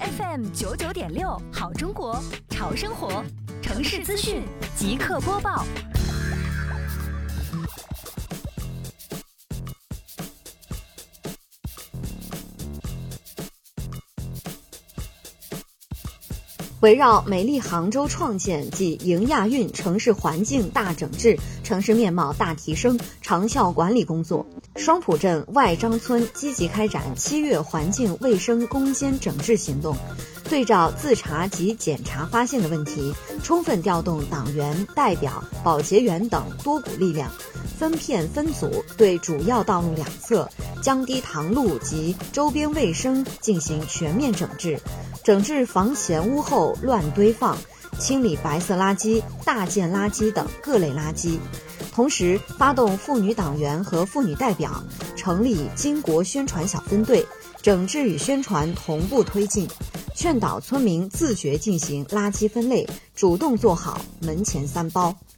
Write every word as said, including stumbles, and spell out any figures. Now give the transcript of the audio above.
F M 九九点六，好中国，潮生活，城市资讯即刻播报。 围绕美丽杭州创建及迎亚运城市环境大整治、城市面貌大提升长效管理工作，双浦镇外张村积极开展七月环境卫生攻坚整治行动，对照自查及检查发现的问题，充分调动党员、代表、保洁员等多股力量，分片分组对主要道路两侧、江堤塘路及周边卫生进行全面整治，整治房前屋后乱堆放，清理白色垃圾、大件垃圾等各类垃圾。同时发动妇女党员和妇女代表成立巾帼宣传小分队，整治与宣传同步推进，劝导村民自觉进行垃圾分类，主动做好门前三包。